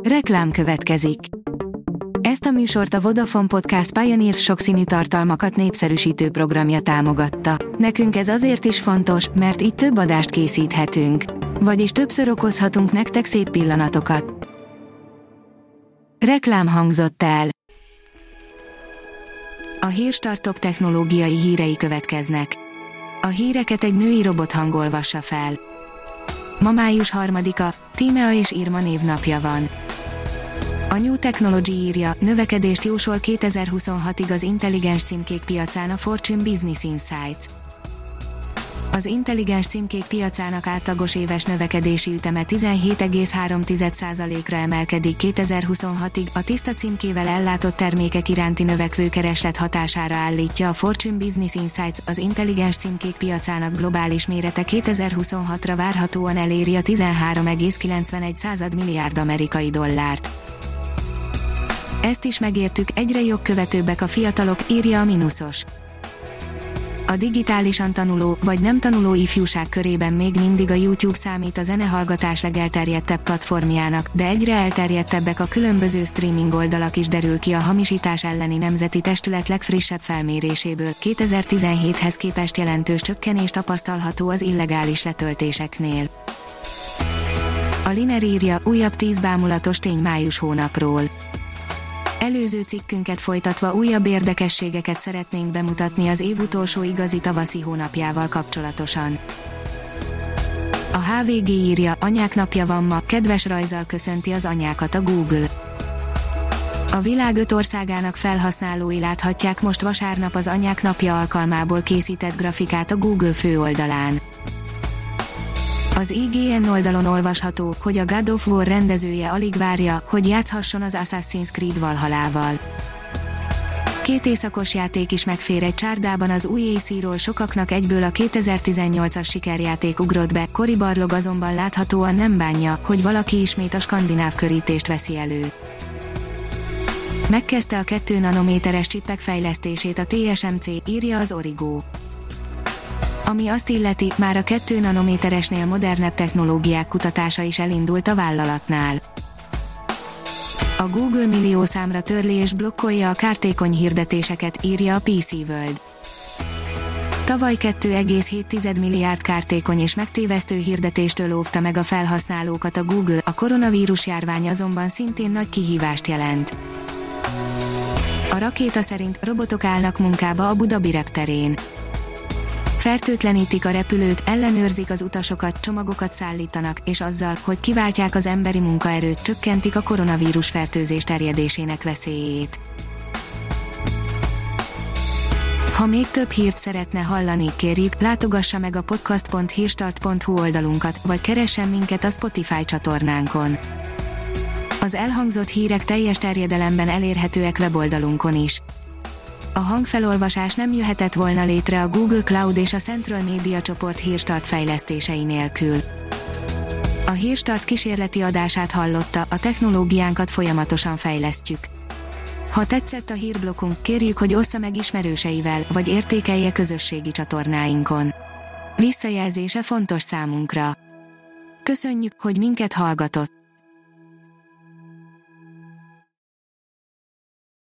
Reklám következik. Ezt a műsort a Vodafone Podcast Pioneer sokszínű tartalmakat népszerűsítő programja támogatta. Nekünk ez azért is fontos, mert így több adást készíthetünk. Vagyis többször okozhatunk nektek szép pillanatokat. Reklám hangzott el. A Hírstart top technológiai hírei következnek. A híreket egy női robot hangolvassa fel. Ma május 3-a, Tímea és Irma névnapja van. A New Technology írja, növekedést jósol 2026-ig az intelligens címkék piacán a Fortune Business Insights. Az intelligens címkék piacának átlagos éves növekedési üteme 17,3%-ra emelkedik 2026-ig, a tiszta címkével ellátott termékek iránti növekvő kereslet hatására állítja a Fortune Business Insights, az intelligens címkék piacának globális mérete 2026-ra várhatóan eléri a 13,91 milliárd amerikai dollárt. Ezt is megértük, egyre jogkövetőbbek a fiatalok, írja a Minusos. A digitálisan tanuló, vagy nem tanuló ifjúság körében még mindig a YouTube számít a zenehallgatás legelterjedtebb platformjának, de egyre elterjedtebbek a különböző streaming oldalak is, derül ki a hamisítás elleni nemzeti testület legfrissebb felméréséből. 2017-hez képest jelentős csökkenés tapasztalható az illegális letöltéseknél. A Liner írja, újabb 10 bámulatos tény május hónapról. Előző cikkünket folytatva újabb érdekességeket szeretnénk bemutatni az év utolsó igazi tavaszi hónapjával kapcsolatosan. A HVG írja, anyák napja van ma, kedves rajzzal köszönti az anyákat a Google. A világ 5 országának felhasználói láthatják most vasárnap az anyák napja alkalmából készített grafikát a Google főoldalán. Az IGN oldalon olvasható, hogy a God of War rendezője alig várja, hogy játszhasson az Assassin's Creed Valhallával. 2 éjszakos játék is megfér egy csárdában, az új AC-ról sokaknak egyből a 2018-as sikerjáték ugrott be, Cory Barlog azonban láthatóan nem bánja, hogy valaki ismét a skandináv körítést veszi elő. Megkezdte a 2 nanométeres csippek fejlesztését a TSMC, írja az Origo. Ami azt illeti, már a 2 nanométeresnél modernebb technológiák kutatása is elindult a vállalatnál. A Google millió számra törli és blokkolja a kártékony hirdetéseket, írja a PC World. Tavaly 2,7 milliárd kártékony és megtévesztő hirdetéstől óvta meg a felhasználókat a Google, a koronavírus járvány azonban szintén nagy kihívást jelent. A rakéta szerint robotok állnak munkába a Abu Dhabi repterén. Fertőtlenítik a repülőt, ellenőrzik az utasokat, csomagokat szállítanak, és azzal, hogy kiváltják az emberi munkaerőt, csökkentik a koronavírus fertőzés terjedésének veszélyét. Ha még több hírt szeretne hallani, kérjük, látogassa meg a podcast.hírstart.hu oldalunkat, vagy keressen minket a Spotify csatornánkon. Az elhangzott hírek teljes terjedelemben elérhetőek weboldalunkon is. A hangfelolvasás nem jöhetett volna létre a Google Cloud és a Central Media csoport Hírstart fejlesztései nélkül. A Hírstart kísérleti adását hallotta, a technológiánkat folyamatosan fejlesztjük. Ha tetszett a hírblokkunk, kérjük, hogy ossza meg ismerőseivel, vagy értékelje közösségi csatornáinkon. Visszajelzése fontos számunkra. Köszönjük, hogy minket hallgatott!